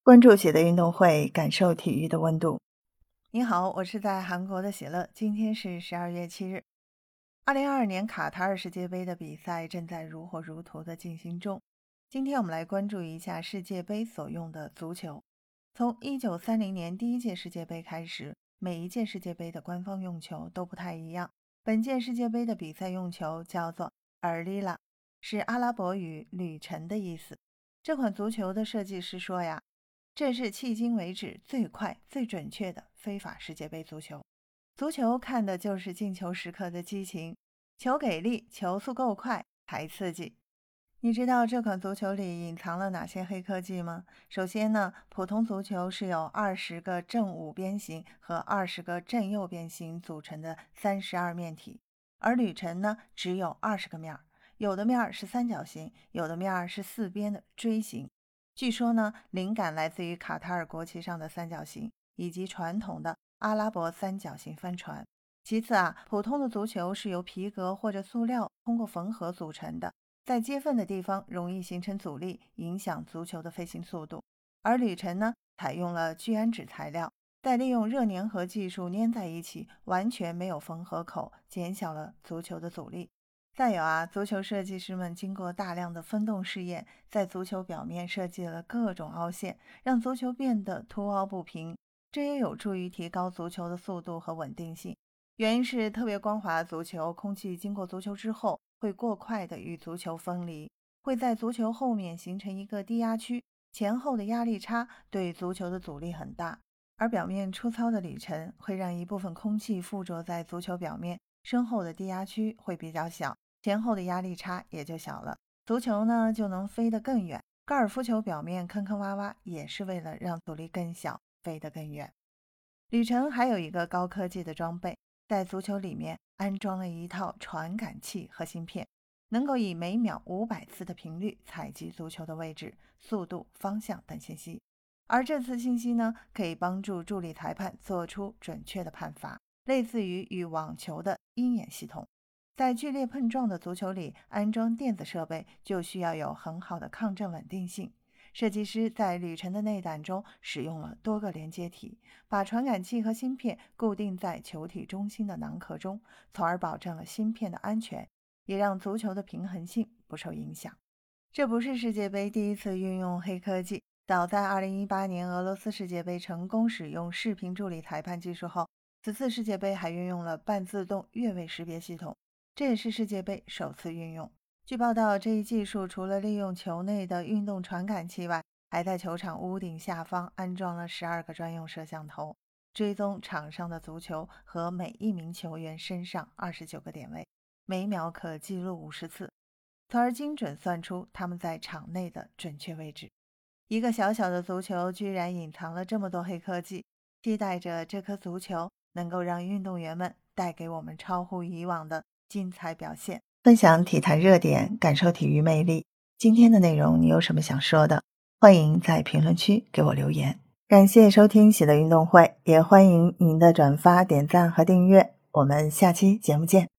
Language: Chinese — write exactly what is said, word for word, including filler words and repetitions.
关注喜乐运动会，感受体育的温度。你好，我是在韩国的喜乐，今天是十二月七日。二零二二年卡塔尔世界杯的比赛正在如火如荼的进行中。今天我们来关注一下世界杯所用的足球。从一九三零年第一届世界杯开始，每一届世界杯的官方用球都不太一样。本届世界杯的比赛用球叫做尔利拉，是阿拉伯语旅程的意思。这款足球的设计师说呀，这是迄今为止最快最准确的非法世界杯足球。足球看的就是进球时刻的激情，球给力，球速够快才刺激。你知道这款足球里隐藏了哪些黑科技吗？首先呢，普通足球是由二十个正五边形和二十个正右边形组成的三十二面体，而旅程呢只有二十个面，有的面是三角形，有的面是四边的锥形。据说呢，灵感来自于卡塔尔国旗上的三角形，以及传统的阿拉伯三角形帆船。其次啊，普通的足球是由皮革或者塑料通过缝合组成的，在接缝的地方容易形成阻力，影响足球的飞行速度。而旅程呢，采用了聚氨酯材料，再利用热粘合技术粘在一起，完全没有缝合口，减小了足球的阻力。再有啊，足球设计师们经过大量的分动试验，在足球表面设计了各种凹陷，让足球变得凸凹不平，这也有助于提高足球的速度和稳定性。原因是特别光滑的足球，空气经过足球之后会过快地与足球分离，会在足球后面形成一个低压区，前后的压力差对足球的阻力很大。而表面粗糙的里程会让一部分空气附着在足球表面，身后的低压区会比较小，前后的压力差也就小了，足球呢就能飞得更远。高尔夫球表面坑坑洼洼，也是为了让阻力更小，飞得更远。旅程还有一个高科技的装备，在足球里面安装了一套传感器和芯片，能够以每秒五百次的频率采集足球的位置、速度、方向等信息。而这次信息呢，可以帮助助理裁判做出准确的判罚，类似于与网球的鹰眼系统。在剧烈碰撞的足球里安装电子设备，就需要有很好的抗震稳定性。设计师在旅程的内胆中使用了多个连接体，把传感器和芯片固定在球体中心的囊壳中，从而保证了芯片的安全，也让足球的平衡性不受影响。这不是世界杯第一次运用黑科技，早在二零一八年俄罗斯世界杯成功使用视频助理裁判技术后，此次世界杯还运用了半自动越位识别系统，这也是世界杯首次运用。据报道，这一技术除了利用球内的运动传感器外，还在球场屋顶下方安装了十二个专用摄像头，追踪场上的足球和每一名球员身上二十九个点位，每秒可记录五十次，从而精准算出他们在场内的准确位置。一个小小的足球居然隐藏了这么多黑科技，期待着这颗足球能够让运动员们带给我们超乎以往的精彩表现。分享体坛热点，感受体育魅力。今天的内容你有什么想说的？欢迎在评论区给我留言。感谢收听喜乐运动会，也欢迎您的转发、点赞和订阅。我们下期节目见。